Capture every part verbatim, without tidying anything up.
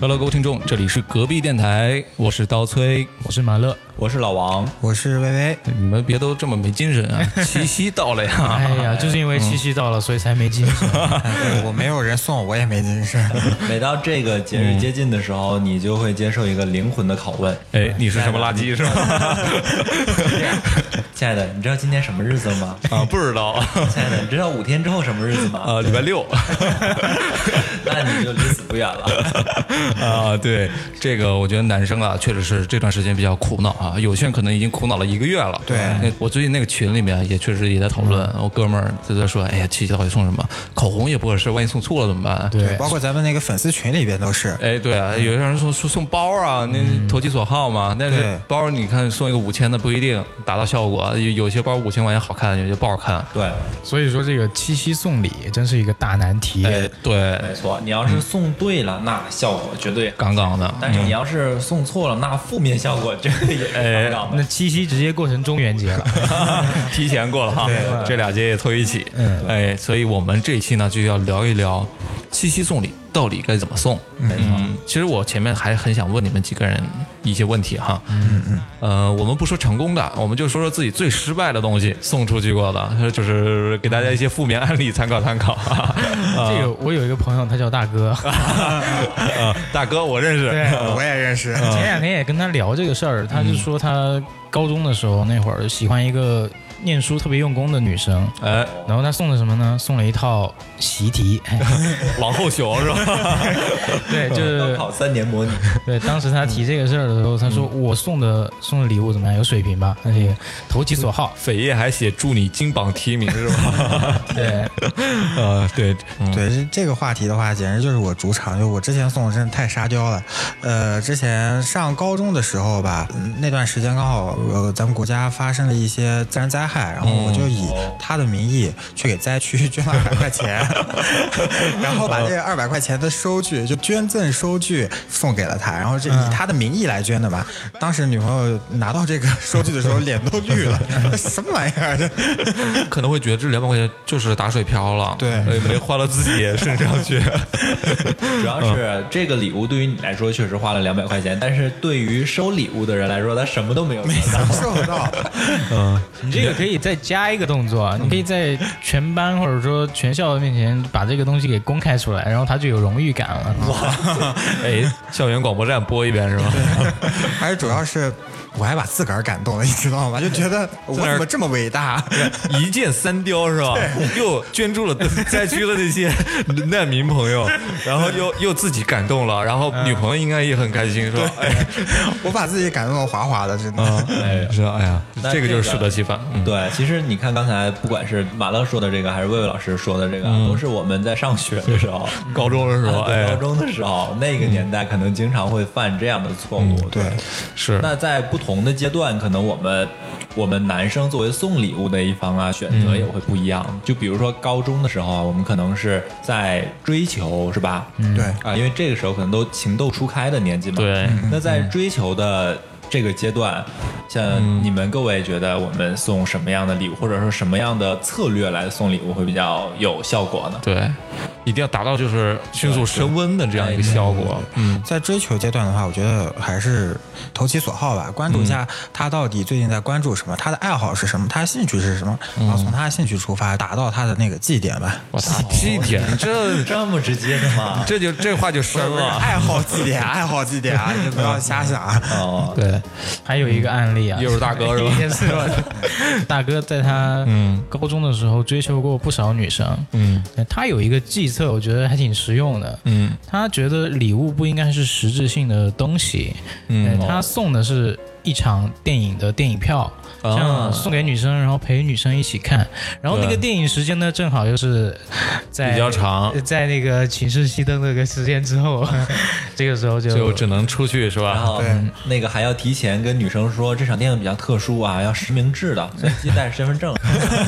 Hello， 各位听众，这里是隔壁电台，我是刀崔， 我是马乐， 我是老王， 我是薇薇。 你们别都这么没精神啊！七夕到了呀！ 哎呀，就是因为七夕到了，嗯、所以才没精神。 哎、我没有人送，我也没精神。 每到这个节日接近的时候，嗯、你就会接受一个灵魂的拷问。 哎，你是什么垃圾是吧？ 亲爱的，你知道今天什么日子吗？ 啊，不知道。 亲爱的，你知道五天之后什么日子吗？ 啊，礼拜六。 那你就离死不远了。 啊，对，这个我觉得男生啊，确实是这段时间比较苦恼啊。有些人可能已经苦恼了一个月了。 对， 我最近那个群里面也确实也在讨论，我哥们儿就在说，哎呀，七夕到底送什么？口红也不合适，万一送错了怎么办？ 对，包括咱们那个粉丝群里边都是。 哎，对啊，有些人说说送包啊，那投其所好嘛。但是包你看送一个五千的不一定达到效果，有有些包五千块钱好看，有些不好看。 对， 所以说这个七夕送礼真是一个大难题。 哎，对， 没错，你要是送对了，那效果绝对杠杠的。 但是你要是送错了，那负面效果绝对也哎， 那七夕直接过成中元节了， 提前过了哈，这俩节也凑一起。 嗯， 哎，所以我们这一期呢就要聊一聊七夕送礼到底该怎么送。 没错， 嗯，其实我前面还很想问你们几个人一些问题哈。 嗯嗯。 呃，我们不说成功的，我们就说说自己最失败的东西送出去过的，就是给大家一些负面案例参考参考。 这个我有一个朋友，他叫大哥。 啊，大哥我认识， 对， 我也认识。 前两天也跟他聊这个事儿，他就说他高中的时候那会儿喜欢一个念书特别用功的女生， 哎， 然后他送了什么呢？送了一套习题， 往后熊是吧？ 对，就是高考三年模拟。 对，当时他提这个事儿的时候，他说我送的送的礼物怎么样？有水平吧？而且投其所好。 扉页还写祝你金榜题名是吧？ 对， 呃，对， 嗯、对，这个话题的话，简直就是我主场。就我之前送的真的太沙雕了。呃，之前上高中的时候吧，那段时间刚好呃咱们国家发生了一些自然灾害，然后我就以他的名义去给灾区捐了二百块钱，然后把这二百块钱的收据就捐赠收据送给了他，然后这以他的名义来捐的嘛。当时女朋友拿到这个收据的时候脸都绿了，什么玩意儿？这可能会觉得这两百块钱就是打水漂了， 对， 没花到自己身上去。 主要是这个礼物对于你来说确实花了两百块钱，但是对于收礼物的人来说，他什么都没有享受到。 嗯，你这个可以再加一个动作，你可以在全班或者说全校的面前把这个东西给公开出来，然后他就有荣誉感了。 哇，哎，校园广播站播一遍是吧？ 还是主要是。我还把自个儿感动了，你知道吗？就觉得我怎么这么伟大， 一箭三雕是吧？又捐助了灾区的那些难民朋友，然后又又自己感动了，然后女朋友应该也很开心，是吧？哎， 我把自己感动得哗哗的，真的。 哎，是啊，哎呀，这个就是适得其反。 嗯、对，其实你看刚才不管是马乐说的这个，还是魏魏老师说的这个，嗯、都是我们在上学的时候， 高中的时候，哎， 高中的时候，那个年代可能经常会犯这样的错误。 嗯、对， 是。 那在不同的阶段，可能我们我们男生作为送礼物的一方啊，选择也会不一样。嗯、就比如说高中的时候啊，我们可能是在追求，是吧？ 嗯，对啊，因为这个时候可能都情窦初开的年纪嘛。 对。 那在追求的这个阶段，像你们各位觉得我们送什么样的礼物，或者说什么样的策略来送礼物会比较有效果呢？ 对，一定要达到就是迅速升温的这样一个效果。 嗯，在追求阶段的话，我觉得还是投其所好吧，关注一下他到底最近在关注什么，他的爱好是什么，他的兴趣是什么，然后从他的兴趣出发，达到他的那个绩点吧。 哇，绩点这这么直接的吗？ 这就这话就深了。 爱好绩点，爱好绩点啊，你不要瞎想。 哦， 对。还有一个案例啊， 又是大哥是吧？ 也是吧。大哥在他高中的时候追求过不少女生，嗯，他有一个计策，我觉得还挺实用的，嗯，他觉得礼物不应该是实质性的东西，嗯，他送的是一场电影的电影票。像送给女生，然后陪女生一起看，然后那个电影时间呢，正好就是在比较长， 在那个寝室熄灯那个时间之后，这个时候就就只能出去是吧？ 然后对， 那个还要提前跟女生说，这场电影比较特殊啊，要实名制的，所以记得带着身份证。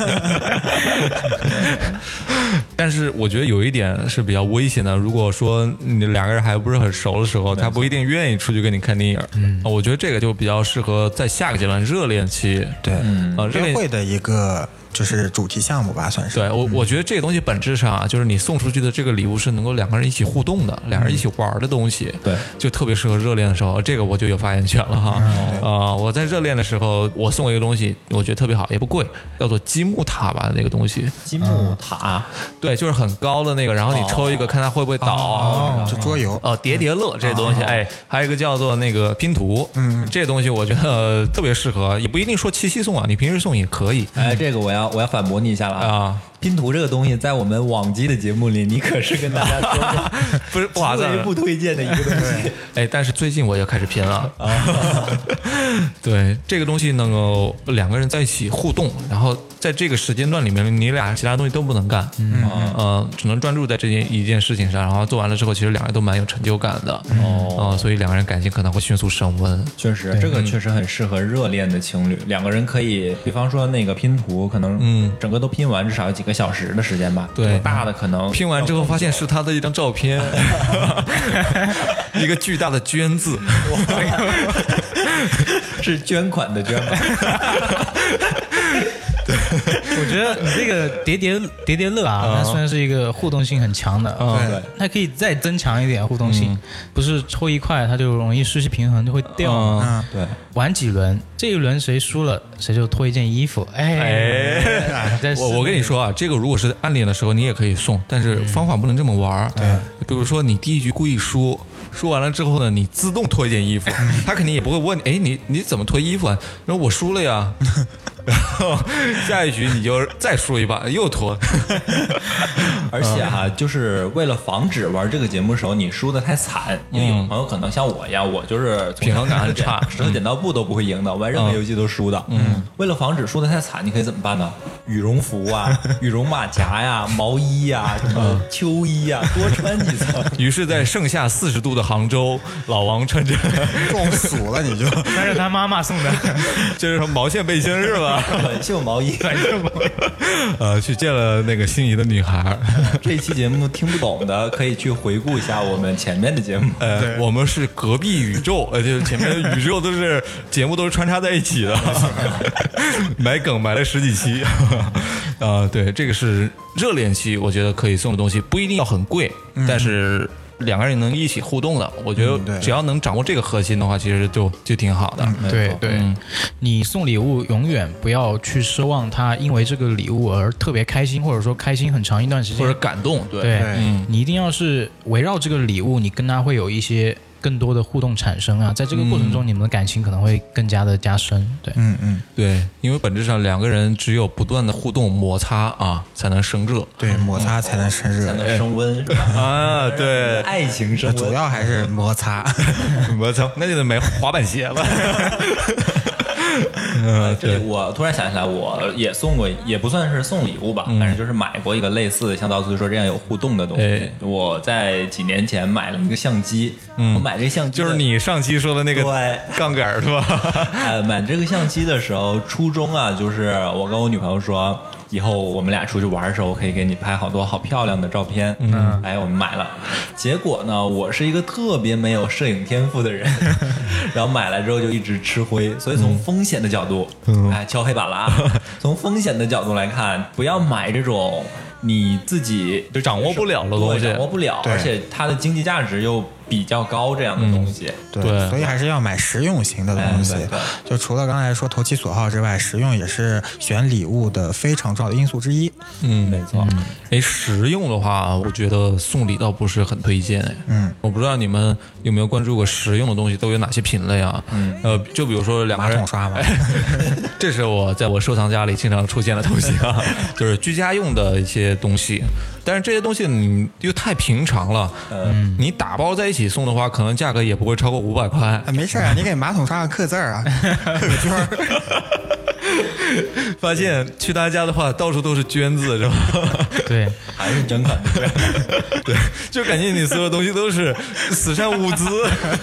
但是我觉得有一点是比较危险的，如果说你两个人还不是很熟的时候，他不一定愿意出去跟你看电影。嗯，我觉得这个就比较适合在下个阶段热恋期。 对， 嗯，啊， 约会的一个就是主题项目吧，算是。 对，我我觉得这个东西本质上啊，就是你送出去的这个礼物是能够两个人一起互动的，两人一起玩的东西。 西， 对， 就特别适合热恋的时候，这个我就有发言权了哈。啊、嗯呃，我在热恋的时候，我送一个东西，我觉得特别好，也不贵，叫做积木塔吧，那个东西。 积木塔， 对，就是很高的那个，然后你抽一个，哦、看它会不会倒。 哦，就桌游。 哦，叠叠乐这东西，哦、哎，还有一个叫做那个拼图，嗯，这东西我觉得特别适合，也不一定说七夕送啊，你平时送也可以。 哎，这个我要我要反驳你一下了啊。拼图这个东西，在我们往期的节目里，你可是跟大家说过， 不是哇塞， 不推荐的一个东西。 哎，但是最近我又开始拼了。对，这个东西能够两个人在一起互动，然后在这个时间段里面，你俩其他东西都不能干，嗯呃，只能专注在这件一件事情上，然后做完了之后，其实两个人都蛮有成就感的。哦、呃，所以两个人感情可能会迅速升温。 确实，这个确实很适合热恋的情侣，两个人可以，比方说那个拼图，可能嗯，整个都拼完，至少有几个小时的时间吧。 对， 大的可能拼完之后发现是他的一张照片，一个巨大的捐字， 是捐款的捐吗？ 对，我觉得你这个叠叠叠叠乐啊，它虽然是一个互动性很强的，对，它可以再增强一点互动性，不是抽一块它就容易失去平衡就会掉。 嗯，对， 玩几轮，这一轮谁输了谁就脱一件衣服。哎， 我我跟你说啊，这个如果是暗恋的时候你也可以送，但是方法不能这么玩。对，比如说你第一局故意输。输完了之后呢，你自动脱一件衣服，他肯定也不会问你，哎，你你怎么脱衣服啊？然后我输了呀，然后下一局你就再输一把，又脱。 而且哈、啊，就是为了防止玩这个节目的时候你输得太惨，因为有朋友可能像我一样，我就是平衡感很差， 石头剪刀布都不会赢的，玩任何游戏都输的。嗯，为了防止输得太惨，你可以怎么办呢？羽绒服啊，羽绒马甲呀，毛衣呀，什么秋衣呀，多穿几层。 于是，在盛夏四十度的杭州，老王穿着中暑了，你就穿着他妈妈送的， 这是什么毛线背心是吧？ 短袖毛衣， 短袖毛衣。 呃，去见了那个心仪的女孩。 这一期节目听不懂的，可以去回顾一下我们前面的节目。 呃，我们是隔壁宇宙，呃，就是前面的宇宙都是节目都是穿插在一起的，埋梗埋了十几期。啊、呃，对，这个是热恋期，我觉得可以送的东西，不一定要很贵，嗯、但是两个人能一起互动的，我觉得只要能掌握这个核心的话，其实就就挺好的。 嗯、对对、嗯，你送礼物永远不要去奢望他因为这个礼物而特别开心，或者说开心很长一段时间， 或者感动。对， 对嗯、你一定要是围绕这个礼物，你跟他会有一些更多的互动产生啊，在这个过程中，你们的感情可能会更加的加深。对， 嗯嗯， 对，因为本质上两个人只有不断的互动摩擦啊，才能生热。 对，摩擦才能生热， 才能升温，是吧？ 啊，对， 爱情升温， 主要还是摩擦， 摩擦，那就得买滑板鞋了。 呃，这里我突然想起来，我也送过，也不算是送礼物吧，嗯、但是就是买过一个类似像刀子说这样有互动的东西。哎、我在几年前买了一个相机，嗯、我买这个相机就是你上期说的那个杠杆是吧？ 呃，买这个相机的时候，初衷啊，就是我跟我女朋友说，以后我们俩出去玩的时候，我可以给你拍好多好漂亮的照片。嗯，哎，我们买了。结果呢，我是一个特别没有摄影天赋的人，然后买来之后就一直吃灰。所以从风险的角度，嗯、哎，敲黑板了啊！从风险的角度来看，不要买这种你自己就掌握不了的东西， 掌握不了，而且它的经济价值又比较高这样的东西。 嗯、对, 对，所以还是要买实用型的东西。 哎、对对就除了刚才说投其所好之外，实用也是选礼物的非常重要的因素之一。 嗯， 没错。 嗯、哎，实用的话，我觉得送礼倒不是很推荐。哎， 嗯， 我不知道你们有没有关注过实用的东西都有哪些品类啊？嗯，呃，就比如说两个人马桶刷嘛， 这是我在我收藏夹里经常出现的东西啊，就是居家用的一些东西。但是这些东西你又太平常了，嗯，你打包在一起送的话，可能价格也不会超过五百块。 啊，没事啊，你给马桶刷刻字儿啊，刻个圈儿。 发现去他家的话，到处都是捐字，是吧？ 对， 还是捐款对， 对，就感觉你所有东西都是慈善物资。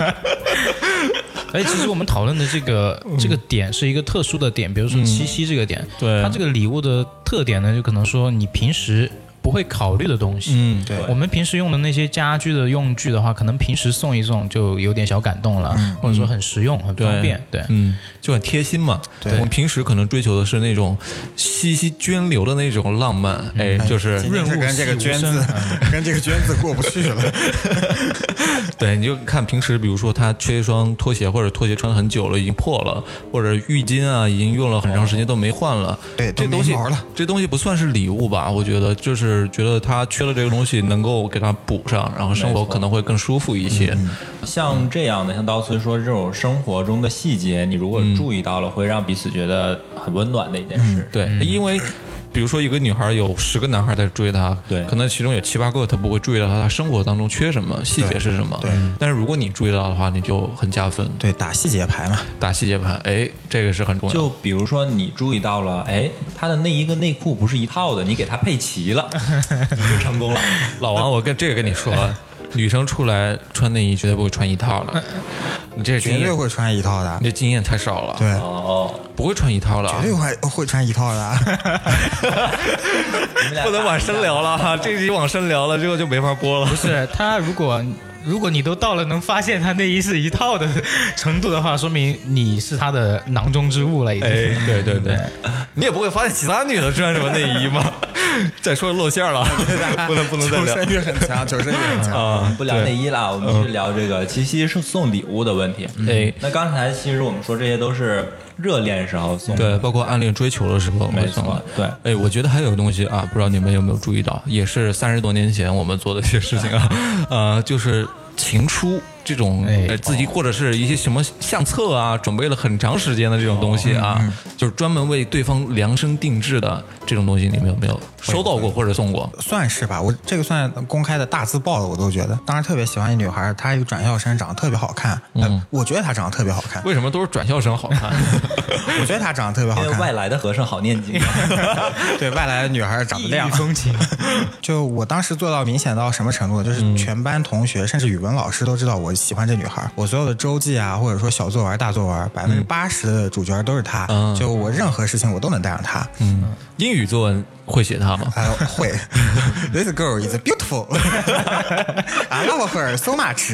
哎，其实我们讨论的这个这个点是一个特殊的点，比如说七夕这个点， 对、嗯， 它这个礼物的特点呢，就可能说你平时不会考虑的东西。 嗯， 对， 我们平时用的那些家居的用具的话，可能平时送一送就有点小感动了， 嗯、 或者说很实用、很方便。对， 嗯，就很贴心嘛。 对， 我们平时可能追求的是那种细细涓流的那种浪漫，嗯、哎，就是润物跟这个娟字，跟这个娟字过不去了。 对，你就看平时，比如说他缺一双拖鞋，或者拖鞋穿很久了已经破了，或者浴巾啊已经用了很长时间都没换了。 对， 这东西了， 这东西不算是礼物吧？我觉得就是觉得他缺了这个东西，能够给他补上，然后生活可能会更舒服一些。 嗯、像这样的，像刀崔说这种生活中的细节，你如果注意到了，嗯、会让彼此觉得很温暖的一件事。 嗯、对，嗯、因为。比如说，一个女孩有十个男孩在追她， 对， 可能其中有七八个她不会注意到她生活当中缺什么，细节是什么。 对， 但是如果你注意到的话，你就很加分。 对，打细节牌嘛， 打细节牌，哎，这个是很重要。 就比如说，你注意到了，哎，她的内衣跟内裤不是一套的，你给她配齐了，你就成功了。 老王，我跟这个跟你说。女生出来穿内衣绝对不会穿一套的，你这绝对会穿一套的， 你这经验太少了。 对， 哦， 不会穿一套的， 绝对会会穿一套的。 不能往深聊了哈，这集往深聊了之后就没法播了。 不是他，如果如果你都到了能发现他内衣是一套的程度的话，说明你是他的囊中之物了已经。 哎，对对对，你也不会发现其他女的穿什么内衣吗？再说露馅了，不能不能再聊。 求生欲很强，求生欲很强啊！不聊内衣了，我们去聊这个七夕是送礼物的问题。 哎， 那刚才其实我们说这些都是热恋时候送的， 对，包括暗恋追求的时候没错。对， 哎，我觉得还有个东西啊，不知道你们有没有注意到，也是三十多年前我们做的一些事情啊，呃，就是情书。这种呃自己或者是一些什么相册啊，准备了很长时间的这种东西啊， 嗯、 就是专门为对方量身定制的这种东西，你们有没有收到过或者送过？ 算是吧，我这个算公开的大字报的，我都觉得。当时特别喜欢一女孩，她一个转校生，长得特别好看。嗯、呃，我觉得她长得特别好看。 为什么都是转校生好看？ 我觉得她长得特别好看。 因为外来的和尚好念经。 对，外来的女孩长得亮， 风情。 就我当时做到明显到什么程度，就是全班同学、嗯、甚至语文老师都知道我喜欢这女孩。我所有的周记啊，或者说小作文、大作文，百分之八十的主角都是她。嗯、就我任何事情我都能带上她。 嗯，英语作文会写她吗？ 呃，会。This girl is beautiful. I love her so much.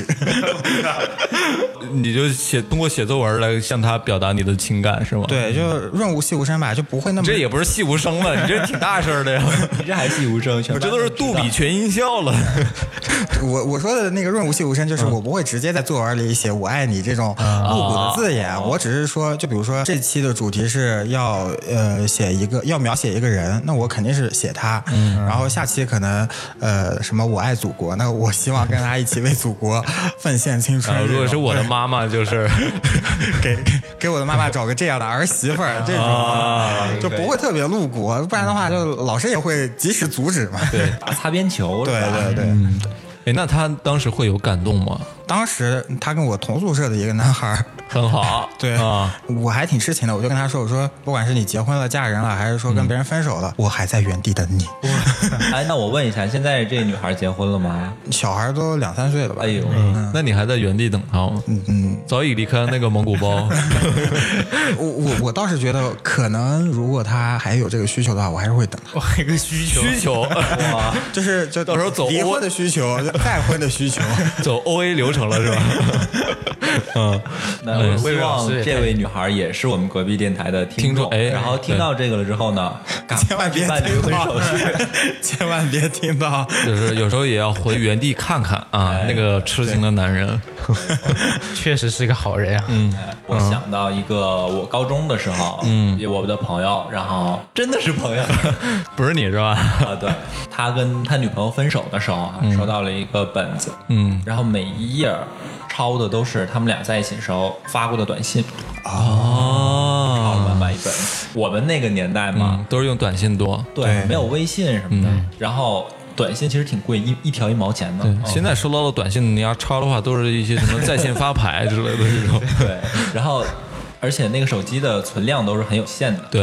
你就写通过写作文来向她表达你的情感是吗？ 对，就润物细无声吧，就不会那么。 这也不是细无声了，你这挺大声的呀。 你这还细无声， 我这都是杜比全音效了。 我我说的那个润物细无声，就是我不会直接在作文里写我爱你这种露骨的字眼，哦、我只是说，就比如说这期的主题是要呃写一个要描写一个人，那我肯定是写他，嗯、然后下期可能呃什么我爱祖国，那我希望跟他一起为祖国奉献青春。 呃、如果是我的妈妈，就是给给给我的妈妈找个这样的儿媳妇儿，这种、啊、就不会特别露骨，不然的话就老师也会及时阻止嘛。 对， 打擦边球。 对对对。 嗯哎，那他当时会有感动吗？ 当时他跟我同宿舍的一个男孩很好， 对啊，我还挺痴情的，我就跟他说，我说不管是你结婚了嫁人了，还是说跟别人分手了，嗯、我还在原地等你。 哎，那我问一下，现在这女孩结婚了吗？ 小孩都两三岁了吧？ 哎呦， 嗯、那你还在原地等他吗？ 嗯嗯， 早已离开那个蒙古包。 我我我倒是觉得，可能如果他还有这个需求的话，我还是会等他。 哇，一个需求， 需求哇， 就是就到时候走离婚的需求，再婚的需求， 走 O A 流程了是吧？嗯， 那我希望这位女孩也是我们隔壁电台的听众， 哎， 然后听到这个了之后呢， 千万别听到，千万别听到， 就是有时候也要回原地看看啊，那个痴情的男人， 确实是个好人啊。 嗯， 我想到一个，我高中的时候，嗯，我们的朋友，然后真的是朋友， 不是你是吧？ 啊，对，他跟他女朋友分手的时候啊，收到了一个本子， 嗯， 然后每一页抄的都是他们俩在一起的时候发过的短信。 哦， 抄了满满一本。我们那个年代嘛， 嗯、都是用短信多， 对，没有微信什么的。嗯、然后短信其实挺贵，一一条一毛钱的。 对，哦、现在收到的短信，你要抄的话，都是一些什么在线发牌之类的这种。 对，然后而且那个手机的存量都是很有限的。 对。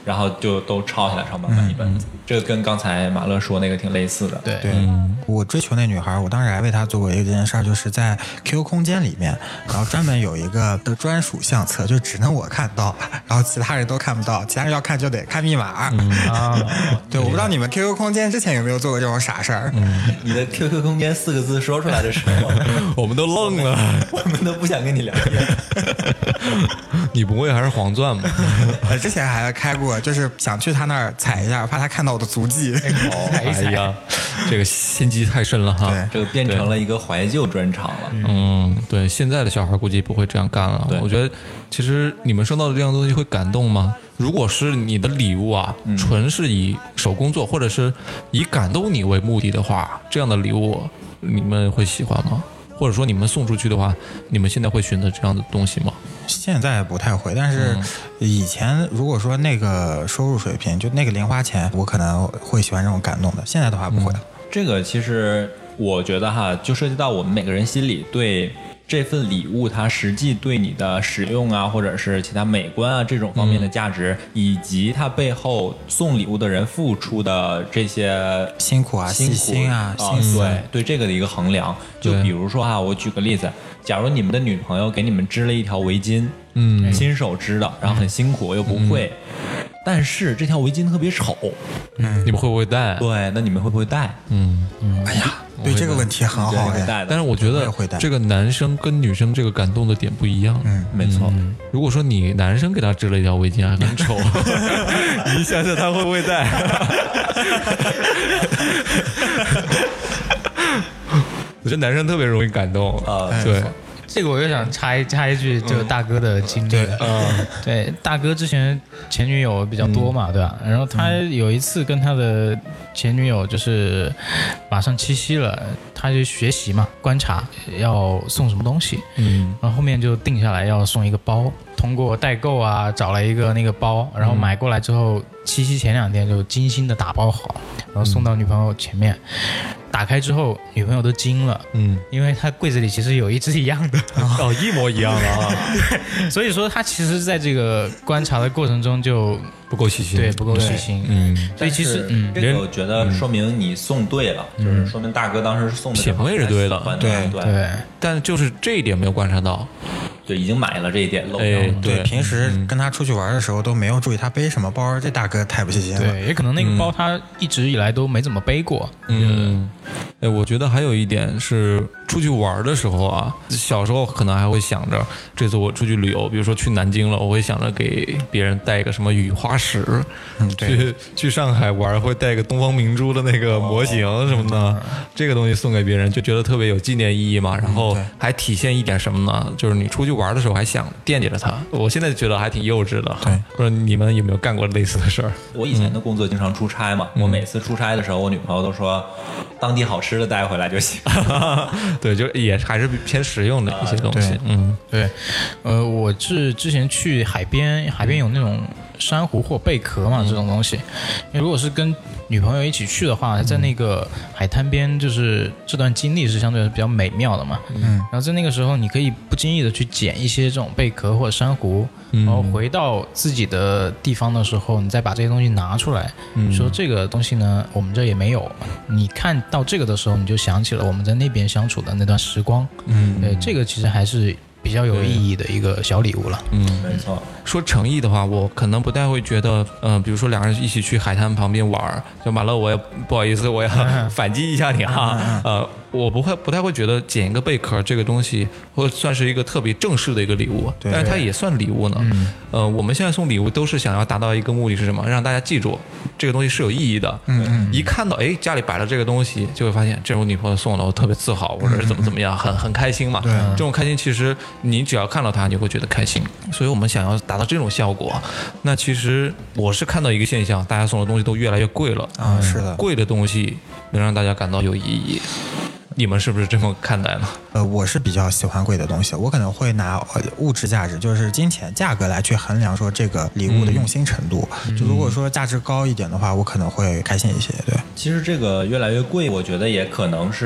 然后就都抄下来抄满满一本子。嗯、这个跟刚才马乐说那个挺类似的。 对对、嗯，我追求那女孩，我当时还为她做过一件事儿，就是在 Q Q 空间里面，然后专门有一个的专属相册，就只能我看到，然后其他人都看不到，其他人要看就得看密码。嗯啊，对，我不知道你们 Q Q 空间之前有没有做过这种傻事儿。 嗯，你的 Q Q 空间四个字说出来的时候， 我们都愣了， 我们都不想跟你聊天。 你不会还是黄钻吗？ 我之前还开过，就是想去他那儿踩一下，怕他看到我的足迹。 哦，踩一踩、 哎呀，这个心机太深了哈。 对， 这个变成了一个怀旧专场了。 嗯，对，现在的小孩估计不会这样干了。我觉得，其实你们收到的这样东西会感动吗？如果是你的礼物啊，嗯、纯是以手工做，或者是以感动你为目的的话，这样的礼物你们会喜欢吗？或者说你们送出去的话，你们现在会选择这样的东西吗？ 现在不太会，但是以前如果说那个收入水平，就那个零花钱，我可能会喜欢这种感动的。现在的话不会了。 嗯、这个其实我觉得哈，就涉及到我们每个人心里对这份礼物它实际对你的使用啊，或者是其他美观啊这种方面的价值，嗯、以及它背后送礼物的人付出的这些辛苦啊、细心啊、 啊对对这个的一个衡量。就比如说哈，我举个例子，假如你们的女朋友给你们织了一条围巾，嗯，亲手织的，然后很辛苦又不会，嗯、但是这条围巾特别丑， 嗯，你们会不会戴？ 对，那你们会不会戴？ 嗯嗯，哎呀。对这个问题很好哎， 但是我觉得这个男生跟女生这个感动的点不一样。 嗯， 没错。 嗯、如果说你男生给他织了一条围巾还很丑，你想想他会不会戴？我觉得男生特别容易感动啊，呃、对。 这个我又想插一插一句，就大哥的经历。对，嗯，对，大哥之前前女友比较多嘛，嗯、对吧？然后他有一次跟他的前女友就是马上七夕了，他就学习嘛，观察要送什么东西，嗯，然后后面就定下来要送一个包，通过代购啊找了一个那个包，然后买过来之后，七夕前两天就精心的打包好，然后送到女朋友前面。打开之后，女朋友都惊了，嗯，因为她柜子里其实有一只一样的， 哦，一模一样的啊， 所以说她其实在这个观察的过程中就不够细心， 对，不够细心，嗯，所以其实，嗯， 这个我觉得说明你送对了，嗯、就是说明大哥当时送的品味是对的， 对对对， 但就是这一点没有观察到。 对，已经买了这一点漏掉。 哎， 对，平时跟他出去玩的时候都没有注意他背什么包，这大哥太不细心了。 对，也可能那个包他一直以来都没怎么背过。 嗯，哎，我觉得还有一点是出去玩的时候啊，小时候可能还会想着，这次我出去旅游，比如说去南京了，我会想着给别人带一个什么雨花石，嗯，去去上海玩会带个东方明珠的那个模型什么的，哦、这个东西送给别人就觉得特别有纪念意义嘛，然后还体现一点什么呢？就是你出去玩的时候还想惦记着他，我现在觉得还挺幼稚的。 对， 不知道你们有没有干过类似的事儿？ 我以前的工作经常出差嘛，嗯、我每次出差的时候，我女朋友都说，当地好吃的带回来就行。 对，就也还是偏实用的一些东西。嗯， 对，呃，我是之前去海边，海边有那种珊瑚或贝壳嘛，这种东西。因为如果是跟女朋友一起去的话，在那个海滩边，就是这段经历是相对来说比较美妙的嘛。嗯，然后在那个时候，你可以不经意的去捡一些这种贝壳或者珊瑚，嗯、然后回到自己的地方的时候，你再把这些东西拿出来，嗯、说这个东西呢，我们这也没有。你看到这个的时候，你就想起了我们在那边相处的那段时光。嗯，对，这个其实还是比较有意义的一个小礼物了。 嗯，没错。 说诚意的话，我可能不太会觉得，呃，比如说两个人一起去海滩旁边玩，就马乐，我也不好意思，我要反击一下你哈，呃，我不会不太会觉得捡一个贝壳这个东西，或算是一个特别正式的一个礼物，但是它也算礼物呢。嗯、呃，我们现在送礼物都是想要达到一个目的是什么？让大家记住这个东西是有意义的。嗯嗯。一看到哎家里摆了这个东西，就会发现这是我女朋友送的，我特别自豪，或者是怎么怎么样，很很开心嘛。 对。 这种开心其实你只要看到它，你会觉得开心。所以我们想要达到这种效果。那其实我是看到一个现象，大家送的东西都越来越贵了啊，是的， 贵的东西能让大家感到有意义。你们是不是这么看待呢？ 呃，我是比较喜欢贵的东西，我可能会拿物质价值，就是金钱价格来去衡量说这个礼物的用心程度。嗯、就如果说价值高一点的话，我可能会开心一些。对， 其实这个越来越贵，我觉得也可能是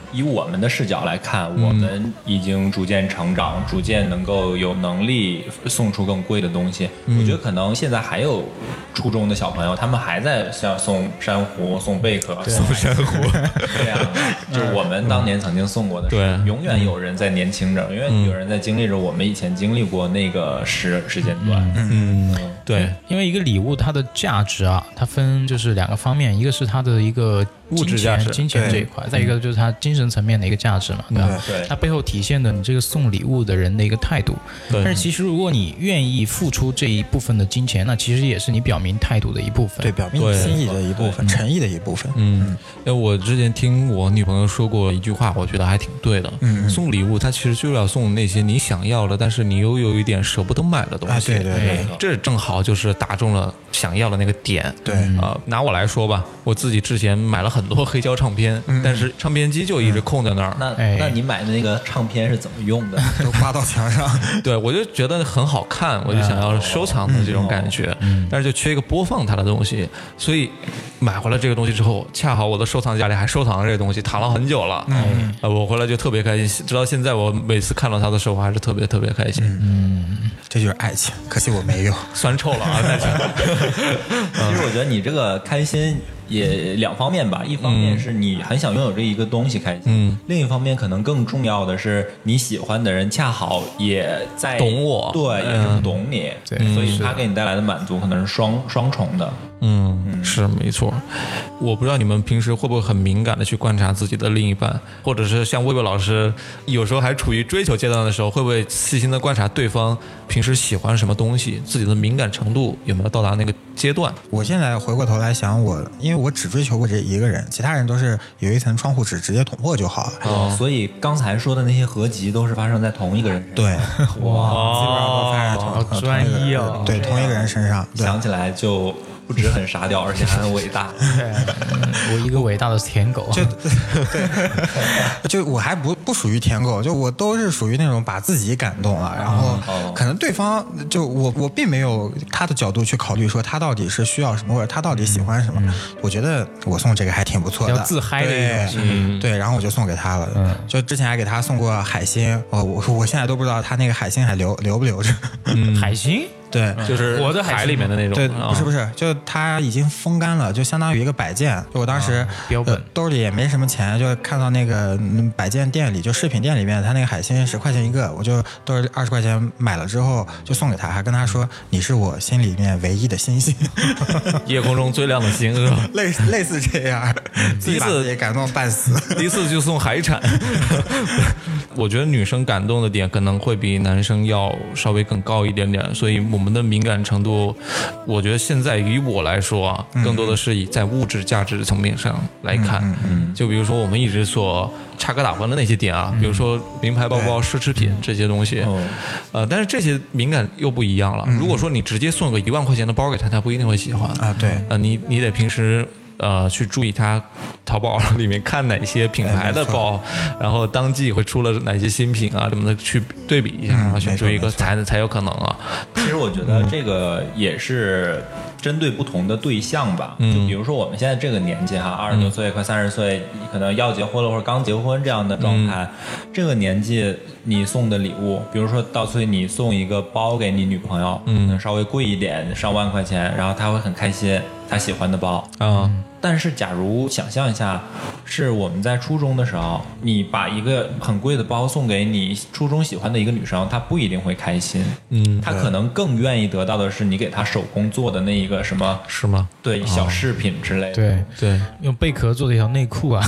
以我们的视角来看，我们已经逐渐成长，逐渐能够有能力送出更贵的东西。嗯、我觉得可能现在还有初中的小朋友，他们还在像送珊瑚、送贝壳、 送珊瑚这样的，就是我们当年曾经送过的。 对， 永远有人在年轻着，永远有人在经历着我们以前经历过那个时时间段。 嗯，嗯对， 因为一个礼物它的价值啊，它分就是两个方面，一个是它的一个物质价值， 金钱这一块，再一个就是它精神层面的一个价值嘛，对吧？ 对， 它背后体现的你这个送礼物的人的一个态度。但是其实如果你愿意付出这一部分的金钱，那其实也是你表明态度的一部分， 对，表明心意的一部分，诚意的一部分。 嗯，因为我之前听我女朋友说过一句话，我觉得还挺对的。嗯，送礼物它其实就要送那些你想要的，但是你又有一点舍不得买的东西。 啊、对对对， 这正好就是打中了想要的那个点。 对， 呃，拿我来说吧，我自己之前买了很多黑胶唱片，嗯、但是唱片机就一直空在那儿。 那、哎、那你买的那个唱片是怎么用的？ 都挂到墙上。 对，我就觉得很好看，我就想要收藏的这种感觉，嗯、但是就缺一个播放它的东西，所以买回来这个东西之后，恰好我的收藏夹里还收藏了这个东西，躺了很久了。嗯，呃，我回来就特别开心，直到现在我每次看到它的时候，我还是特别特别开心。 嗯，这就是爱情，可惜我没有， 酸臭了啊！但是， 其实我觉得你这个开心也两方面吧，一方面是你很想拥有这一个东西开心，嗯，另一方面可能更重要的是你喜欢的人恰好也在懂我， 对，也是懂你， 对、 嗯，所以他给你带来的满足可能是双双重的。 嗯，嗯是没错。我不知道你们平时会不会很敏感的去观察自己的另一半，或者是像魏魏老师有时候还处于追求阶段的时候，会不会细心的观察对方平时喜欢什么东西，自己的敏感程度有没有到达那个阶段？ 我现在回过头来想我，因为我只追求过这一个人，其他人都是有一层窗户纸直接捅破就好了。 哦，所以刚才说的那些合集都是发生在同一个人身上。 对， 哇， 基本上都发生在同、 哦、专一哦， 对，同一个人身上。 想起来就不止很沙雕，而且还很伟大。 对，我一个伟大的舔狗。 就对，就我还不不属于舔狗，就我都是属于那种把自己感动了，然后可能对方就我我并没有他的角度去考虑说他到底是需要什么，或者他到底喜欢什么。嗯、我觉得我送这个还挺不错的， 要自嗨的一种东西。 嗯、对，然后我就送给他了。嗯、就之前还给他送过海星，我我我现在都不知道他那个海星还留留不留着。 嗯、海星。 对， 就是我的海里面的那种。 对，不是不是，就它已经风干了，就相当于一个摆件。就我当时、啊、 标本、 呃、兜里也没什么钱，就看到那个摆件店里，就饰品店里面，他那个海星十块钱一个，我就兜里二十块钱买了之后就送给他，还跟他说你是我心里面唯一的星星， 夜空中最亮的星是吧？ 类类似这样， 第一次也感动半死， 第一次就送海产。我觉得女生感动的点可能会比男生要稍微更高一点点，所以我们的敏感程度，我觉得现在于我来说啊，更多的是以在物质价值层面上来看。嗯嗯、就比如说我们一直所插科打诨的那些点啊，嗯、比如说名牌包包、奢侈品这些东西，嗯、呃，但是这些敏感又不一样了。嗯、如果说你直接送个一万块钱的包给他，他不一定会喜欢啊。对， 呃，你你得平时。呃，去注意它淘宝里面看哪些品牌的包，然后当季会出了哪些新品啊，什么的去对比一下，然后选出一个才才有可能啊。 其实我觉得这个也是针对不同的对象吧，嗯、就比如说我们现在这个年纪哈，二十多岁快三十岁，可能要结婚了或者刚结婚这样的状态，嗯、这个年纪你送的礼物，比如说到岁你送一个包给你女朋友，嗯，稍微贵一点，上万块钱，然后她会很开心。他喜欢的包啊、 嗯，但是假如想象一下，是我们在初中的时候，你把一个很贵的包送给你初中喜欢的一个女生，她不一定会开心， 嗯， 她可能更愿意得到的是你给她手工做的那一个什么， 是吗？ 对，小饰品之类的， 对对， 用贝壳做的一条内裤啊，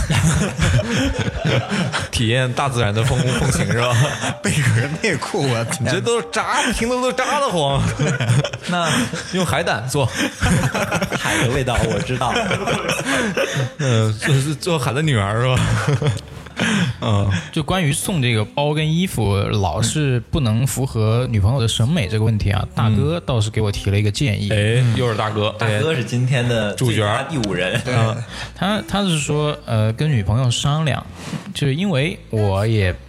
体验大自然的风风情是吧？ 贝壳内裤，我你这都是渣，听的都渣得慌。那用海胆做。 海的味道我知道， 嗯，做做海的女儿是吧？ 嗯，就关于送这个包跟衣服老是不能符合女朋友的审美这个问题啊，大哥倒是给我提了一个建议。 哎，又是大哥， 大哥是今天的主角第五人。 对，他他是说呃跟女朋友商量，就是因为我也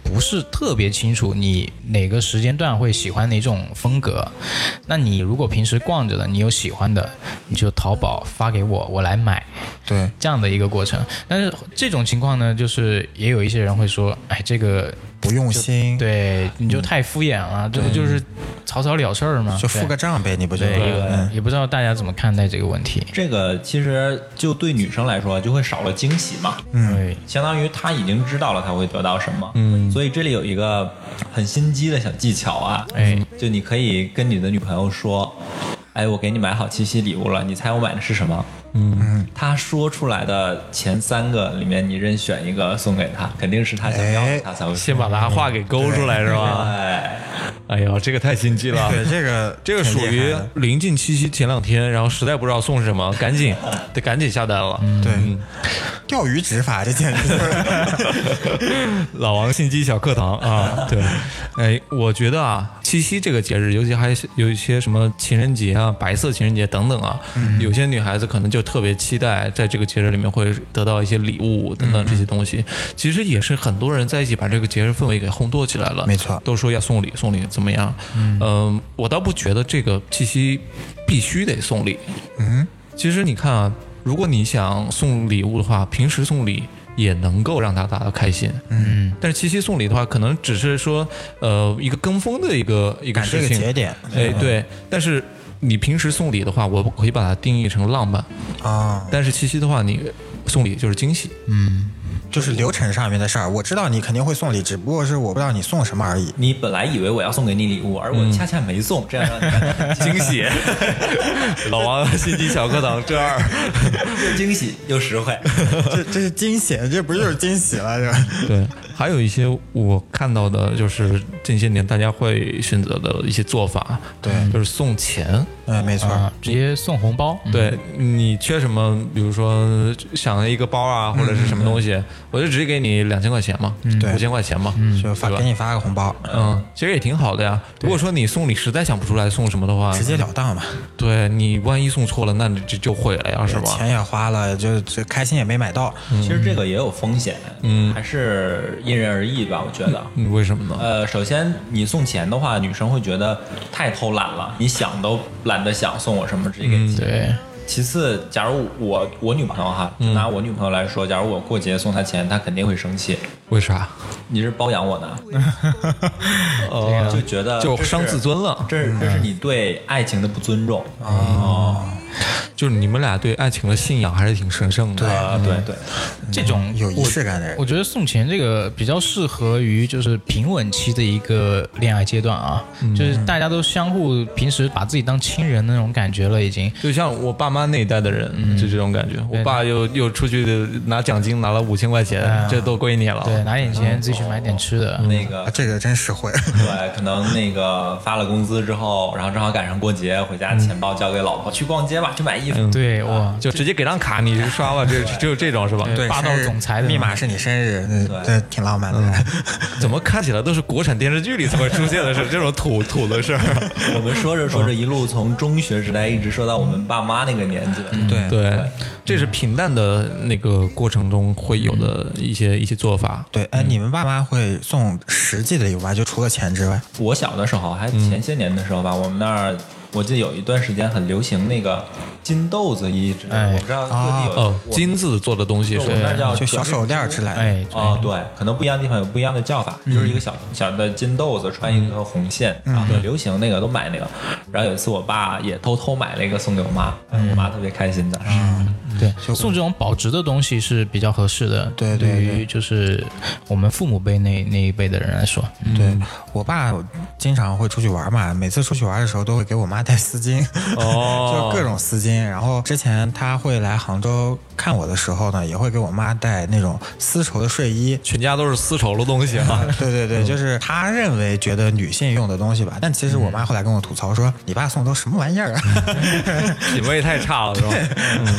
不是特别清楚你哪个时间段会喜欢哪种风格，那你如果平时逛着的，你有喜欢的，你就淘宝发给我，我来买， 对， 这样的一个过程。但是这种情况呢，就是也有一些人会说，哎，这个不用心， 对，你就太敷衍了，这不就是草草了事儿吗？ 就付个账呗，你不觉得？ 对，嗯，也不知道大家怎么看待这个问题。 这个其实就对女生来说就会少了惊喜嘛， 嗯， 相当于她已经知道了她会得到什么，嗯，所以这里有一个很心机的小技巧啊， 哎， 就你可以跟你的女朋友说，哎，我给你买好七夕礼物了，你猜我买的是什么？嗯，他说出来的前三个里面，你任选一个送给他，肯定是他想要的，他才会先把他话给勾出来是吧？ 哎， 哎呦，这个太心机了。 对，这个这个属于临近七夕前两天，然后实在不知道送什么，赶紧得赶紧下单了。 嗯、 对，钓鱼执法这简直就是老王心机小课堂啊。对，哎，我觉得啊，七夕这个节日，尤其还有一些什么情人节啊、白色情人节等等啊，嗯、有些女孩子可能就特别期待在这个节日里面会得到一些礼物等等这些东西。嗯、其实也是很多人在一起把这个节日氛围给烘托起来了。 没错， 都说要送礼送礼怎么样？嗯、呃，我倒不觉得这个七夕必须得送礼。嗯，其实你看啊，如果你想送礼物的话，平时送礼也能够让他达到开心。嗯，但是七夕送礼的话，可能只是说呃一个跟风的一个一个事情， 这个节点。 哎，对，但是。你平时送礼的话，我可以把它定义成浪漫啊， 但是七夕的话，你送礼就是惊喜， 嗯，就是流程上面的事儿。我知道你肯定会送礼，只不过是我不知道你送什么而已。 你本来以为我要送给你礼物，而我恰恰没送，嗯、这样让你感觉惊喜。 老王心机小课堂这二， 又惊喜又实惠， 这这是惊喜，这不就是惊喜了？是吧？ 对。还有一些我看到的，就是近些年大家会选择的一些做法， 对， 就是送钱， 嗯，没错， 啊、直接送红包。 对、嗯、你缺什么，比如说想了一个包啊，或者是什么东西，嗯、我就直接给你两千块钱嘛， 对、 嗯，五千块钱嘛， 嗯，就发给你发个红包， 嗯，其实也挺好的呀。如果说你送礼实在想不出来送什么的话， 直截了当嘛。 对你万一送错了，那你这就毁了呀，是吧？ 钱也花了，就就开心也没买到。 嗯、其实这个也有风险，嗯，还是。因人而异吧，我觉得。 嗯，为什么呢？ 呃，首先你送钱的话，女生会觉得太偷懒了，你想都懒得想送我什么，直接给钱。 嗯、对。 其次，假如我我女朋友哈，就拿我女朋友来说，假如我过节送她钱，她肯定会生气。 为啥？ 你是包养我的， 呃， 就觉得就伤自尊了。 这是这是你对爱情的不尊重哦。就是你们俩对爱情的信仰还是挺神圣的， 对对对， 这种有仪式感的人， 我觉得送钱这个比较适合于就是平稳期的一个恋爱阶段啊，嗯、就是大家都相互平时把自己当亲人的那种感觉了，已经。 就像我爸妈那一代的人，嗯、就这种感觉。我爸又又出去拿奖金拿了五千块钱，嗯、这都归你了。 对，拿点钱自己去买点吃的， 嗯、那个、 啊、这个真实惠。 对，可能那个发了工资之后，然后正好赶上过节，回家钱包交给老婆，去逛街吧，去买衣服。 嗯、对，哇， 就直接给张卡，你刷吧，就只有这种是吧？ 对， 霸道总裁的密码是你生日，这挺浪漫的。 嗯、怎么看起来都是国产电视剧里才会出现的事，这种土土的事儿。 我们说着说着，一路从中学时代一直说到我们爸妈那个年纪。 嗯、对对，这是平淡的那个过程中会有的一些、嗯、一些做法。 对，哎，你们爸妈会送实际的礼物吧？就除了钱之外， 我小的时候，还前些年的时候吧，嗯、我们那儿。我记得有一段时间很流行那个金豆子衣之类的，哎、我不知道各地有哦金字做的东西， 我们那叫就小手链之类的。 哎， 哦，对，可能不一样的地方有不一样的叫法，嗯、就是一个小小的金豆子，穿一条红线，嗯、啊，流行那个都买那个。然后有一次我爸也偷偷买了一个送给我妈，嗯、我妈特别开心的。 嗯，对，送这种保值的东西是比较合适的。 对对对， 对于就是我们父母辈那那一辈的人来说， 嗯、对我爸经常会出去玩嘛，每次出去玩的时候都会给我妈带丝巾，哦，就各种丝巾。然后之前他会来杭州看我的时候呢，也会给我妈带那种丝绸的睡衣， 全家都是丝绸的东西啊。 对对对，就是他认为觉得女性用的东西吧。但其实我妈后来跟我吐槽说：“你爸送都什么玩意儿啊？ 品味太差了，是吧？” 嗯、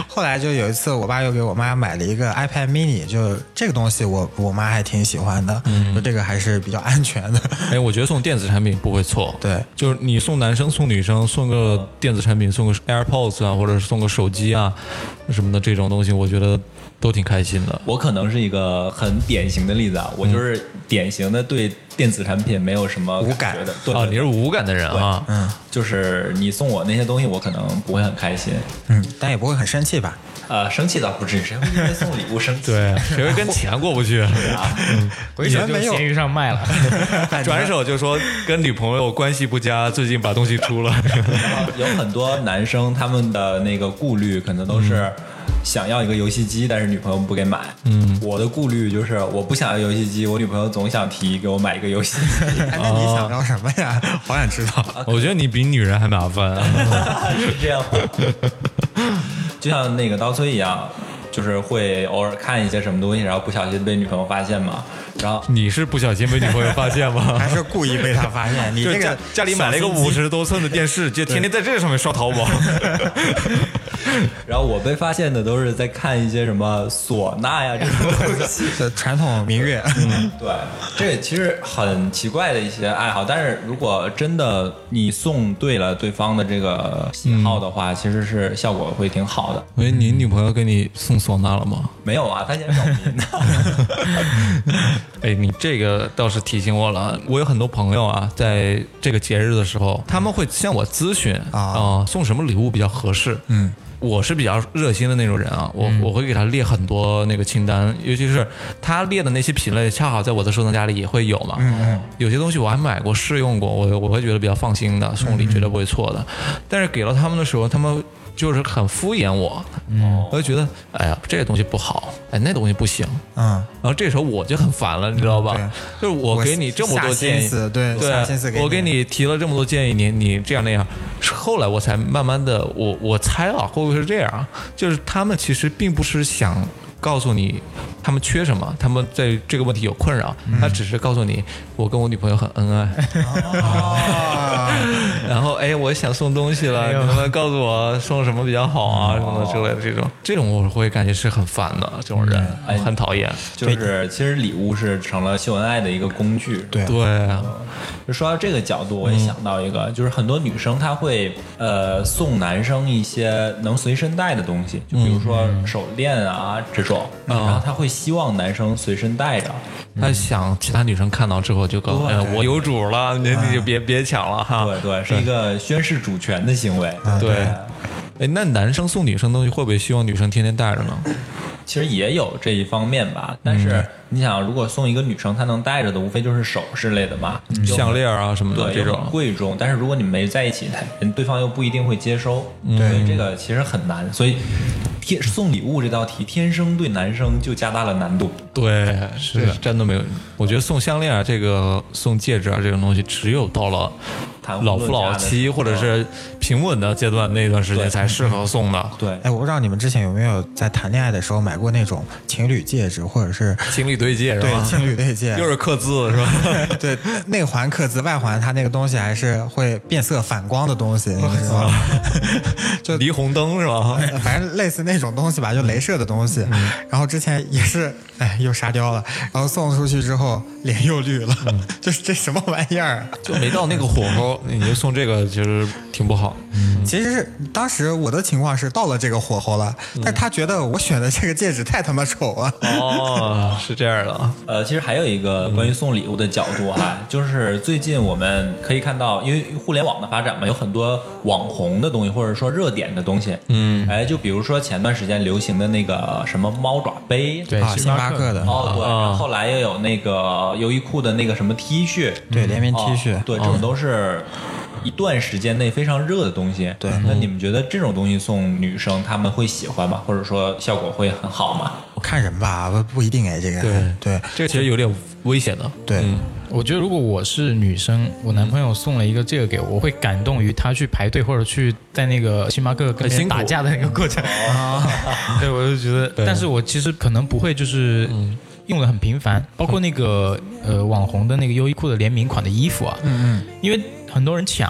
后来就有一次，我爸又给我妈买了一个 iPad mini， 就这个东西我我妈还挺喜欢的，嗯，就这个还是比较安全的。 哎，我觉得送电子产品不会错， 对， 就是你送男生送女生送个电子产品，送个 AirPods 啊，或者是送个手机啊什么的这种东西，我觉得都挺开心的。 我可能是一个很典型的例子啊，我就是典型的对电子产品没有什么无感的。对啊，你是无感的人啊， 嗯， 就是你送我那些东西，我可能不会很开心， 嗯，但也不会很生气吧？ 呃，生气倒不至于，谁会因为送礼物生气？ 对，谁会跟钱过不去啊？ 嗯，回手就闲鱼上卖了， 转手就说跟女朋友关系不佳，最近把东西出了。 有很多男生他们的那个顾虑可能都是。嗯想要一个游戏机，但是女朋友不给买。嗯，我的顾虑就是我不想要游戏机，我女朋友总想提给我买一个游戏机。 哎，那你想要什么呀？好想知道。 我觉得你比女人还麻烦啊。 是这样。就像那个刀崔一样，就是会偶尔看一些什么东西，然后不小心被女朋友发现嘛。然后你是不小心被女朋友发现吗？ 还是故意被她发现？你这个家家里买了一个五十多寸的电视，就天天在这个上面刷淘宝。 然后我被发现的都是在看一些什么唢呐呀这种东西， 传统民乐。 嗯，对，这个其实很奇怪的一些爱好，但是如果真的你送对了对方的这个喜好的话，嗯、其实是效果会挺好的。 喂，你女朋友给你送唢呐了吗？ 没有啊，她现在扰民呢。 哎，你这个倒是提醒我了。我有很多朋友啊，在这个节日的时候，他们会向我咨询啊、呃，送什么礼物比较合适。嗯。我是比较热心的那种人啊，我、嗯、我会给他列很多那个清单，尤其是他列的那些品类，恰好在我的收藏夹里也会有嘛。嗯嗯。有些东西我还买过试用过，我我会觉得比较放心的，送礼绝对不会错的。嗯嗯。但是给了他们的时候，他们就是很敷衍我，嗯，我就觉得，哎呀，这个东西不好，哎，那东西不行，嗯，然后这时候我就很烦了，你知道吧？嗯、就是我给你这么多建议， 对对，我给你提了这么多建议，你你这样那样，后来我才慢慢的，我我猜啊，会不会是这样？就是他们其实并不是想告诉你他们缺什么，他们在这个问题有困扰，嗯、他只是告诉你，我跟我女朋友很恩爱，哦、然后哎，我想送东西了，哎、你能不能告诉我送什么比较好啊，什么的之类的这种，这种我会感觉是很烦的，这种人、嗯、很讨厌。 就是其实礼物是成了秀恩爱的一个工具， 对对啊。 就说到这个角度，我也想到一个，嗯、就是很多女生她会呃送男生一些能随身带的东西，就比如说手链啊这种。嗯、然后他会希望男生随身带着， 嗯、他想其他女生看到之后就告诉，哎，我有主了，你你就别别抢了哈。 对对，是一个宣示主权的行为。 对，哎，那男生送女生东西会不会希望女生天天带着呢？ 其实也有这一方面吧，但是你想，如果送一个女生，她能带着的无非就是首饰类的嘛， 嗯、项链啊什么的这种贵重。但是如果你们没在一起，对方又不一定会接收， 对、 嗯、这个其实很难。所以天送礼物这道题，天生对男生就加大了难度。 对，是真的没有。我觉得送项链啊，这个送戒指啊，这种东西，只有到了老夫老妻或者是平稳的阶段那段时间才适合送的。 对， 哎，我不知道你们之前有没有在谈恋爱的时候买过那种情侣戒指，或者是情侣对戒是吧？ 对，情侣对戒， 又是刻字是吧？ 对，内环刻字，外环它那个东西还是会变色反光的东西，你知道吗？就霓虹灯是吧？ 反正类似那种东西吧，就镭射的东西。嗯、然后之前也是，哎，又沙雕了。然后送出去之后，脸又绿了，嗯、就是这什么玩意儿？ 就没到那个火候，你就送这个，其实挺不好。 嗯、其实是当时我的情况是到了这个火候了，嗯、但是他觉得我选的这个戒指太他妈丑了。 哦，是这样的。 呃，其实还有一个关于送礼物的角度哈，嗯、就是最近我们可以看到，因为互联网的发展嘛，有很多网红的东西，或者说热点的东西。嗯，哎，就比如说前段时间流行的那个什么猫爪杯， 对， 啊、星巴克的。 哦，对，然后后来又有那个优衣库的那个什么 T 恤， 对，联名 T 恤， 哦、对，这种都是一段时间内非常热的东西。 对， 那你们觉得这种东西送女生她们会喜欢吗？或者说效果会很好吗？ 我看人吧，不不一定哎，这个对对， 这个其实有点危险的。 对、嗯， 我觉得如果我是女生，我男朋友送了一个这个给我，我会感动于他去排队或者去在那个星巴克跟别人打架的那个过程。啊，对，我就觉得，但是我其实可能不会就是。嗯用的很频繁，包括那个呃网红的那个优衣库的联名款的衣服啊，嗯嗯，因为很多人抢，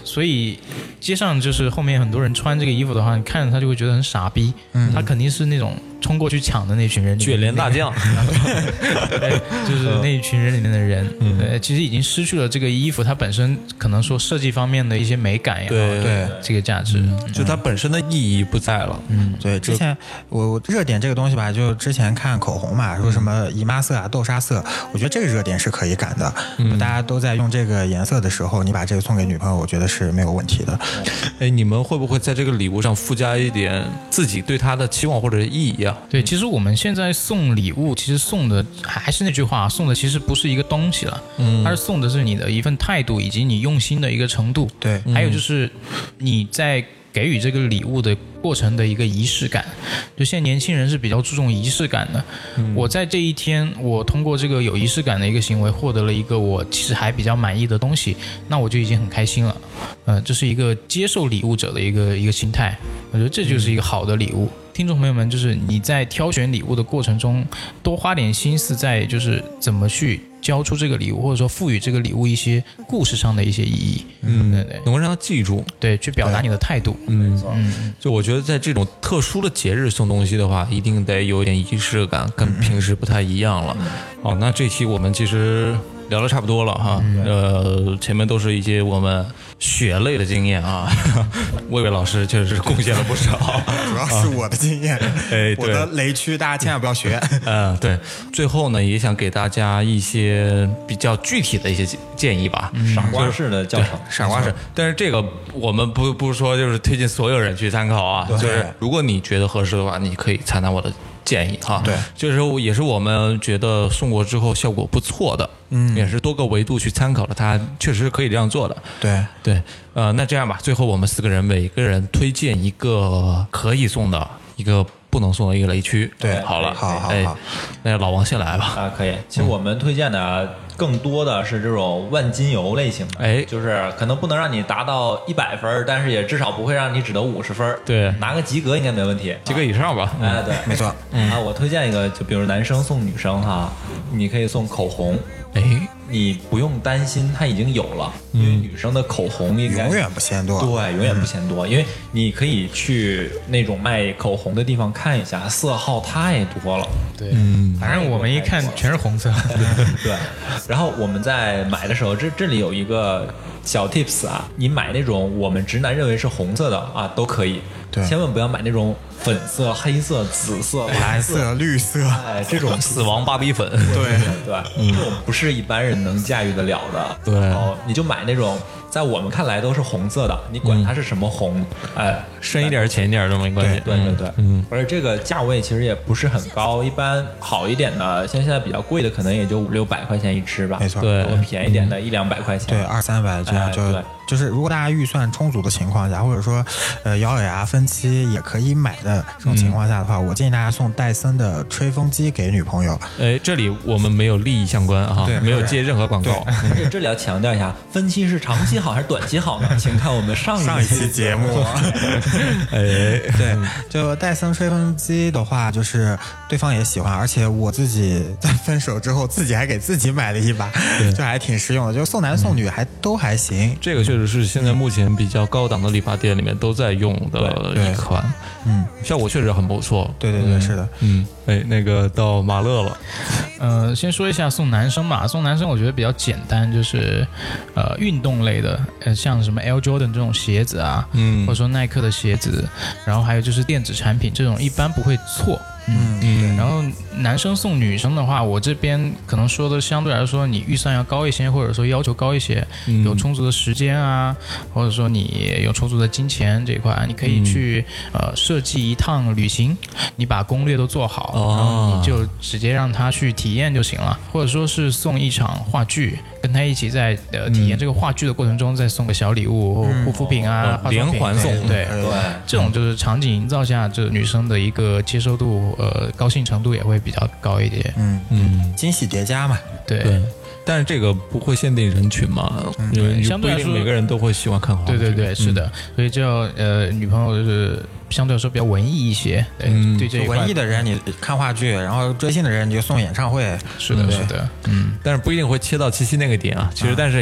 所以街上就是后面很多人穿这个衣服的话，你看着他就会觉得很傻逼，嗯，他肯定是那种冲过去抢的那群人里面， 卷帘大将， 对，就是那一群人里面的人， 嗯、 呃，其实已经失去了这个衣服它本身可能说设计方面的一些美感呀， 对对， 这个价值， 嗯、就它本身的意义不在了。 嗯，对，之前我我热点这个东西吧，就之前看口红嘛，说什么姨妈色啊、豆沙色，我觉得这个热点是可以赶的，嗯、大家都在用这个颜色的时候，你把这个送给女朋友，我觉得是没有问题的。 哎，你们会不会在这个礼物上附加一点自己对它的期望或者意义啊？ 对，其实我们现在送礼物，其实送的还是那句话，送的其实不是一个东西了，嗯，它是送的是你的一份态度以及你用心的一个程度。 对， 还有就是你在给予这个礼物的过程的一个仪式感。就现在年轻人是比较注重仪式感的。嗯、我在这一天，我通过这个有仪式感的一个行为，获得了一个我其实还比较满意的东西，那我就已经很开心了。呃，这是一个接受礼物者的一个一个心态，我觉得这就是一个好的礼物。听众朋友们，就是你在挑选礼物的过程中，多花点心思在就是怎么去交出这个礼物，或者说赋予这个礼物一些故事上的一些意义， 嗯，对对，能够让他记住， 对，去表达你的态度， 嗯嗯，就我觉得在这种特殊的节日送东西的话，一定得有一点仪式感，跟平时不太一样了。好、哦，那这期我们其实聊得差不多了哈，呃，前面都是一些我们血泪的经验啊，魏魏老师确实是贡献了不少， 主要是我的经验， 哎， 我的雷区大家千万不要学。 嗯，对，最后呢也想给大家一些比较具体的一些建议吧， 傻瓜式的教程， 傻瓜式，但是这个我们不不是说就是推荐所有人去参考啊，就是如果你觉得合适的话，你可以采纳我的建议哈， 对， 就是也是我们觉得送过之后效果不错的，嗯，也是多个维度去参考了，它确实是可以这样做的， 对对，呃，那这样吧，最后我们四个人每个人推荐一个可以送的，一个不能送的一个雷区， 对， 好了， 好好好， 哎，那老王先来吧， 啊，可以，其实我们推荐的更多的是这种万金油类型的， 哎， 就是可能不能让你达到一百分，但是也至少不会让你只得五十分， 对， 拿个及格应该没问题， 及格以上吧， 哎，对， 没错， 嗯啊，我推荐一个，就比如男生送女生哈，你可以送口红， 哎， 你不用担心它已经有了，因为女生的口红应该永远不嫌多， 对，永远不嫌多，因为你可以去那种卖口红的地方看一下，色号太多了， 对，嗯，反正我们一看全是红色， 对，然后我们在买的时候，这这里有一个小 tips 啊，你买那种我们直男认为是红色的啊都可以， 对， 千万不要买那种粉色、黑色、紫色、 蓝色、绿色， 哎，这种死亡芭比粉， 对对，嗯、这种不是一般人能驾驭得了的， 对， 然后你就买那种在我们看来都是红色的，你管它是什么红，嗯、哎， 深一点浅一点都没关系， 对对对，嗯，而且这个价位其实也不是很高，一般好一点的，像现在比较贵的可能也就五六百块钱一支吧， 没错， 对， 如果便宜点的一两百块钱， 对，二三百这样就。哎就是如果大家预算充足的情况下，或者说，呃，咬咬牙分期也可以买的这种情况下的话，嗯、我建议大家送戴森的吹风机给女朋友。 哎，这里我们没有利益相关啊， 对， 没有接任何广告。 而且这里要强调一下，分期是长期好还是短期好呢？请看我们上上一期节目。 哎， 对，就戴森吹风机的话，就是对方也喜欢，而且我自己在分手之后，自己还给自己买了一把，就还挺实用的，就送男送女还、嗯、都还行。 这个确实是现在目前比较高档的理发店里面都在用的一款， 嗯， 效果确实很不错。 对对对， 嗯、 是的， 嗯，哎，那个到马乐了， 呃，先说一下送男生吧，送男生我觉得比较简单，就是呃运动类的，呃像什么 Air Jordan 这种鞋子啊，嗯，或者说耐克的鞋子，然后还有就是电子产品这种一般不会错。嗯嗯，然后男生送女生的话，我这边可能说的相对来说，你预算要高一些，或者说要求高一些，嗯、有充足的时间啊，或者说你有充足的金钱这一块，你可以去、嗯、呃设计一趟旅行，你把攻略都做好，哦、然后你就直接让他去体验就行了，或者说是送一场话剧，跟他一起在呃体验这个话剧的过程中，再送个小礼物、嗯、护肤品啊， 哦、连环送， 对 对, 对，这种就是场景营造下，这女生的一个接受度。呃，高兴程度也会比较高一点。 嗯嗯，惊喜叠加嘛。 对， 对，但是这个不会限定人群嘛？ 嗯，对，相对来说每个人都会喜欢看话剧。 对对对，是的。嗯、所以就呃，女朋友就是相对来说比较文艺一些。对，嗯、对这一块文艺的人你看话剧，然后追星的人你就送演唱会。 是的，是的。 嗯，但是不一定会切到七夕那个点啊。其实，但是也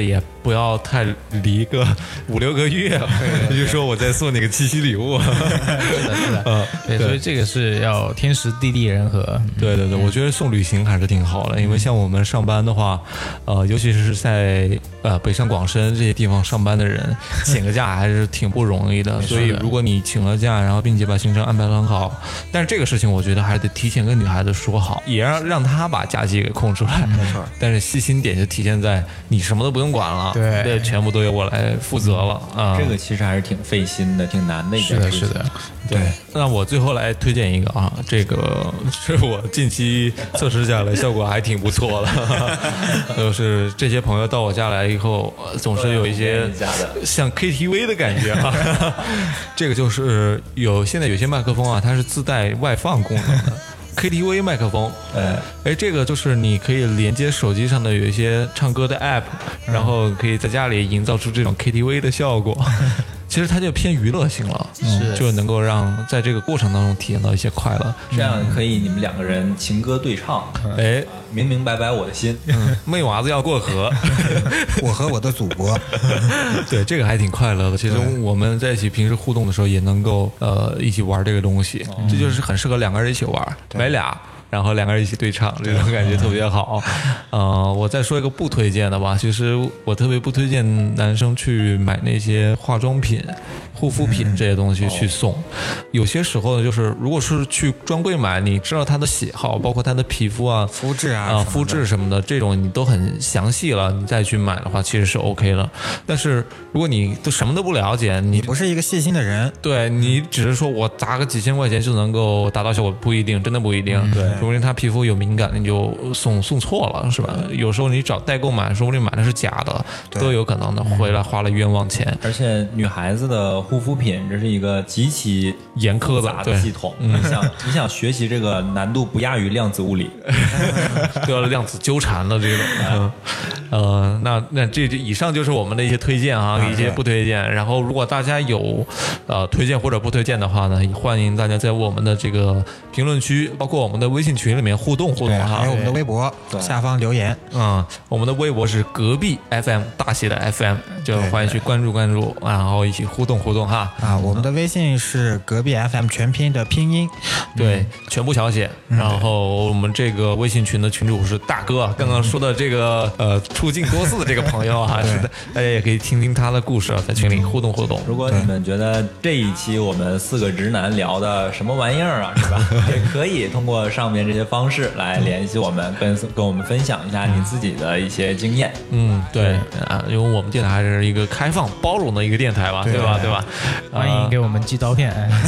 不要太离个五六个月，就说我再送你个七夕礼物。 是的，是的，嗯，对，所以这个是要天时地利人和。 对对对，我觉得送旅行还是挺好的，因为像我们上班的话，呃，尤其是在呃北上广深这些地方上班的人，请个假还是挺不容易的。所以如果你请了假，然后并且把行程安排得很好，但是这个事情我觉得还是得提前跟女孩子说好，也让让她把假期给空出来。 没错， 但是细心点就体现在你什么都不用管了， 对， 对，全部都由我来负责了啊。 这个其实还是挺费心的，挺难的一件事情。 是的，是的。 对，那我最后来推荐一个啊，这个是我近期测试下来效果还挺不错的，就是这些朋友到我家来以后，总是有一些像 K T V 的感觉啊。这个就是有现在有些麦克风啊，它是自带外放功能的。K T V 麦克风，哎哎，这个就是你可以连接手机上的有一些唱歌的 app， 然后可以在家里营造出这种 K T V 的效果。其实它就偏娱乐性了， 是就能够让在这个过程当中体验到一些快乐， 这样可以你们两个人情歌对唱， 哎， 明明白白我的心， 嗯，妹娃子要过河， 我和我的祖国， 对，这个还挺快乐的。其实我们在一起平时互动的时候，也能够呃一起玩这个东西，这就是很适合两个人一起玩，买俩。然后两个人一起对唱，这种感觉特别好。呃，我再说一个不推荐的吧。其实我特别不推荐男生去买那些化妆品、护肤品这些东西去送。有些时候呢，就是如果是去专柜买，你知道他的喜好，包括他的皮肤啊、 肤质啊、 啊肤质什么的，这种你都很详细了，你再去买的话，其实是 OK 了。但是如果你都什么都不了解，你不是一个细心的人， 对你只是说我砸个几千块钱就能够达到效果，不一定，真的不一定。对。说不定他皮肤有敏感，你就送送错了，是吧？有时候你找代购买，说不定买的是假的，都有可能的，回来花了冤枉钱。 而且女孩子的护肤品，这是一个极其严苛的系统。你想，你想学习这个难度不亚于量子物理， 都要量子纠缠了这种。嗯、呃，那那这以上就是我们的一些推荐啊，一些不推荐。然后，如果大家有呃推荐或者不推荐的话呢，欢迎大家在我们的这个评论区，包括我们的微信群里面互动互动哈， 还有我们的微博下方留言。 嗯，我们的微博是隔壁 F M 大写的 F M， 就欢迎去关注关注，然后一起互动互动哈。 啊，我们的微信是隔壁 F M 全拼的拼音， 对，嗯、全部小写。然后我们这个微信群的群主是大哥，刚刚说的这个呃出镜多次的这个朋友啊，是的，大家也可以听听他的故事，在群里互动互动。 如果你们觉得这一期我们四个直男聊的什么玩意儿啊，是吧？也可以通过上面这些方式来联系我们，跟跟我们分享一下你自己的一些经验。 嗯，对啊，因为我们电台是一个开放包容的一个电台吧，对吧？对吧？ 欢迎给我们寄刀片。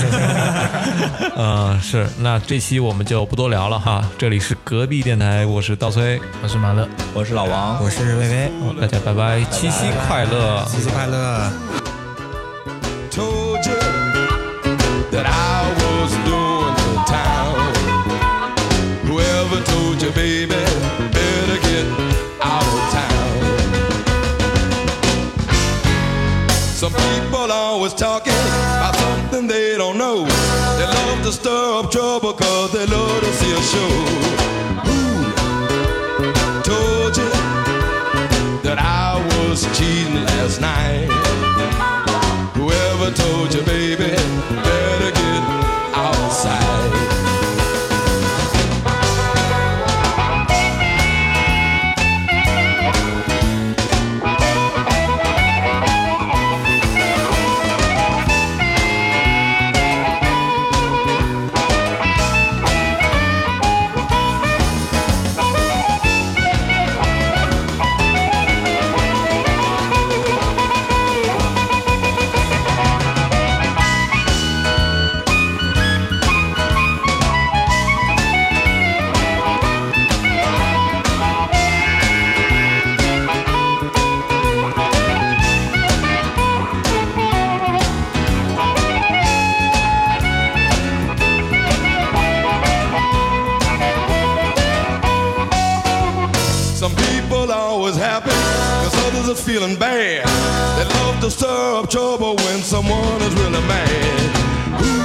呃，是，那这期我们就不多聊了哈。这里是隔壁电台，我是稻崔， 我是马乐， 我是老王， 我是薇薇， 大家拜拜，七夕快乐， 七夕快乐。 Told you that I was doing the town. Whoever told you, baby, better get out of town. Some people always talking about something they don't know. They love to stir up trouble cause they love to see a show. Who told you that I was cheating last night? Whoever told you, baby, better get outside. Feeling bad. They love to stir up trouble when someone is really mad. Ooh.